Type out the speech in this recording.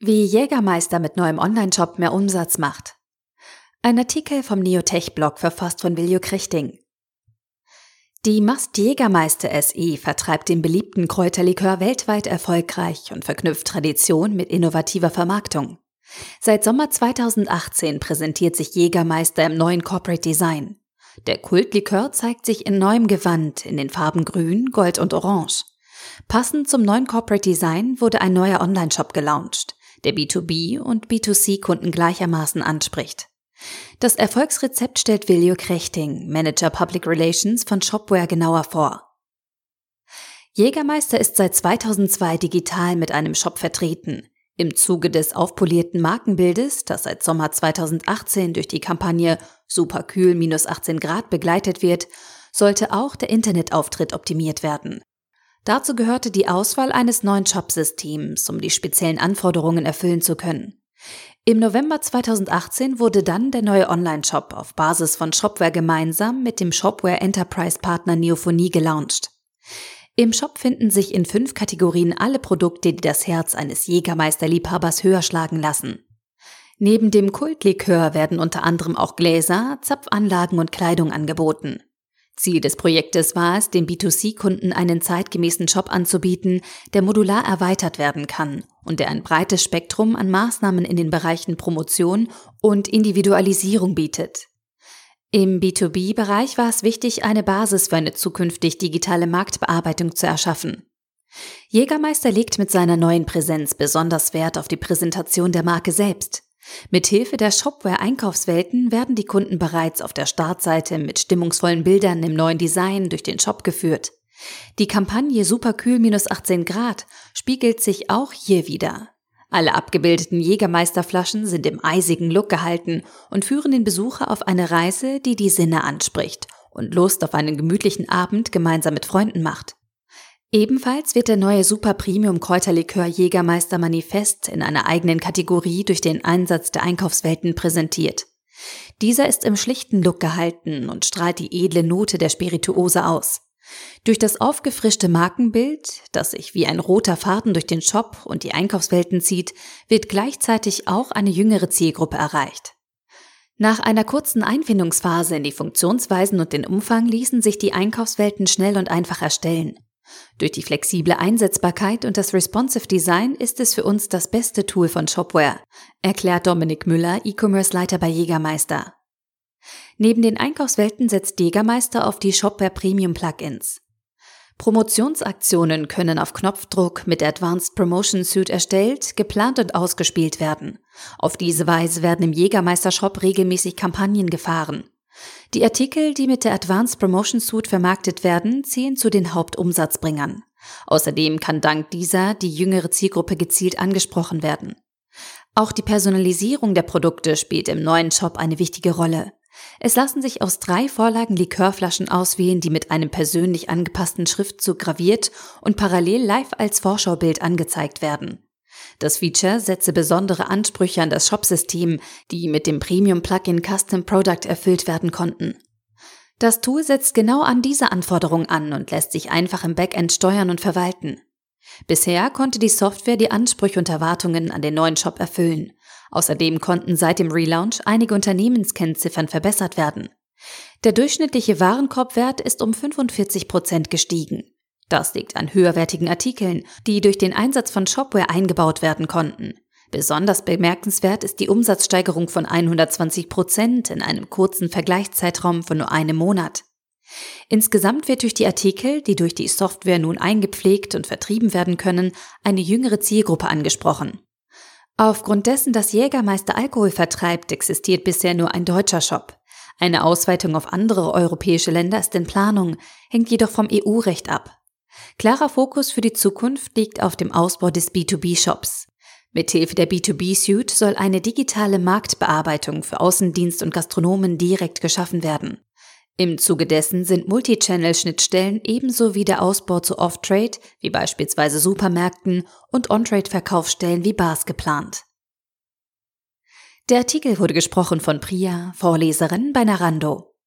Wie Jägermeister mit neuem Onlineshop mehr Umsatz macht. Ein Artikel vom Neotech-Blog verfasst von Viljo Krichting. Die Mast Jägermeister SE vertreibt den beliebten Kräuterlikör weltweit erfolgreich und verknüpft Tradition mit innovativer Vermarktung. Seit Sommer 2018 präsentiert sich Jägermeister im neuen Corporate Design. Der Kultlikör zeigt sich in neuem Gewand in den Farben Grün, Gold und Orange. Passend zum neuen Corporate Design wurde ein neuer Onlineshop gelauncht, der B2B- und B2C-Kunden gleichermaßen anspricht. Das Erfolgsrezept stellt Viljo Krichting, Manager Public Relations von Shopware, genauer vor. Jägermeister ist seit 2002 digital mit einem Shop vertreten. Im Zuge des aufpolierten Markenbildes, das seit Sommer 2018 durch die Kampagne Superkühl -18 Grad begleitet wird, sollte auch der Internetauftritt optimiert werden. Dazu gehörte die Auswahl eines neuen Shop-Systems, um die speziellen Anforderungen erfüllen zu können. Im November 2018 wurde dann der neue Online-Shop auf Basis von Shopware gemeinsam mit dem Shopware Enterprise-Partner Neophonie gelauncht. Im Shop finden sich in 5 Kategorien alle Produkte, die das Herz eines Jägermeister-Liebhabers höher schlagen lassen. Neben dem Kultlikör werden unter anderem auch Gläser, Zapfanlagen und Kleidung angeboten. Ziel des Projektes war es, den B2C-Kunden einen zeitgemäßen Shop anzubieten, der modular erweitert werden kann und der ein breites Spektrum an Maßnahmen in den Bereichen Promotion und Individualisierung bietet. Im B2B-Bereich war es wichtig, eine Basis für eine zukünftig digitale Marktbearbeitung zu erschaffen. Jägermeister legt mit seiner neuen Präsenz besonders Wert auf die Präsentation der Marke selbst. Mithilfe der Shopware-Einkaufswelten werden die Kunden bereits auf der Startseite mit stimmungsvollen Bildern im neuen Design durch den Shop geführt. Die Kampagne Superkühl -18 Grad spiegelt sich auch hier wider. Alle abgebildeten Jägermeisterflaschen sind im eisigen Look gehalten und führen den Besucher auf eine Reise, die die Sinne anspricht und Lust auf einen gemütlichen Abend gemeinsam mit Freunden macht. Ebenfalls wird der neue Super-Premium-Kräuterlikör Jägermeister Manifest in einer eigenen Kategorie durch den Einsatz der Einkaufswelten präsentiert. Dieser ist im schlichten Look gehalten und strahlt die edle Note der Spirituose aus. Durch das aufgefrischte Markenbild, das sich wie ein roter Faden durch den Shop und die Einkaufswelten zieht, wird gleichzeitig auch eine jüngere Zielgruppe erreicht. Nach einer kurzen Einfindungsphase in die Funktionsweisen und den Umfang ließen sich die Einkaufswelten schnell und einfach erstellen. Durch die flexible Einsetzbarkeit und das Responsive Design ist es für uns das beste Tool von Shopware, erklärt Dominik Müller, E-Commerce-Leiter bei Jägermeister. Neben den Einkaufswelten setzt Jägermeister auf die Shopware Premium Plugins. Promotionsaktionen können auf Knopfdruck mit Advanced Promotion Suite erstellt, geplant und ausgespielt werden. Auf diese Weise werden im Jägermeister Shop regelmäßig Kampagnen gefahren. Die Artikel, die mit der Advanced Promotion Suite vermarktet werden, zählen zu den Hauptumsatzbringern. Außerdem kann dank dieser die jüngere Zielgruppe gezielt angesprochen werden. Auch die Personalisierung der Produkte spielt im neuen Shop eine wichtige Rolle. Es lassen sich aus 3 Vorlagen Likörflaschen auswählen, die mit einem persönlich angepassten Schriftzug graviert und parallel live als Vorschaubild angezeigt werden. Das Feature setze besondere Ansprüche an das Shopsystem, die mit dem Premium-Plugin Custom Product erfüllt werden konnten. Das Tool setzt genau an diese Anforderung an und lässt sich einfach im Backend steuern und verwalten. Bisher konnte die Software die Ansprüche und Erwartungen an den neuen Shop erfüllen. Außerdem konnten seit dem Relaunch einige Unternehmenskennziffern verbessert werden. Der durchschnittliche Warenkorbwert ist um 45% gestiegen. Das liegt an höherwertigen Artikeln, die durch den Einsatz von Shopware eingebaut werden konnten. Besonders bemerkenswert ist die Umsatzsteigerung von 120% in einem kurzen Vergleichszeitraum von nur einem Monat. Insgesamt wird durch die Artikel, die durch die Software nun eingepflegt und vertrieben werden können, eine jüngere Zielgruppe angesprochen. Aufgrund dessen, dass Jägermeister Alkohol vertreibt, existiert bisher nur ein deutscher Shop. Eine Ausweitung auf andere europäische Länder ist in Planung, hängt jedoch vom EU-Recht ab. Klarer Fokus für die Zukunft liegt auf dem Ausbau des B2B-Shops. Mithilfe der B2B-Suite soll eine digitale Marktbearbeitung für Außendienst und Gastronomen direkt geschaffen werden. Im Zuge dessen sind Multichannel-Schnittstellen ebenso wie der Ausbau zu Off-Trade, wie beispielsweise Supermärkten, und On-Trade-Verkaufsstellen wie Bars geplant. Der Artikel wurde gesprochen von Priya, Vorleserin bei Narando.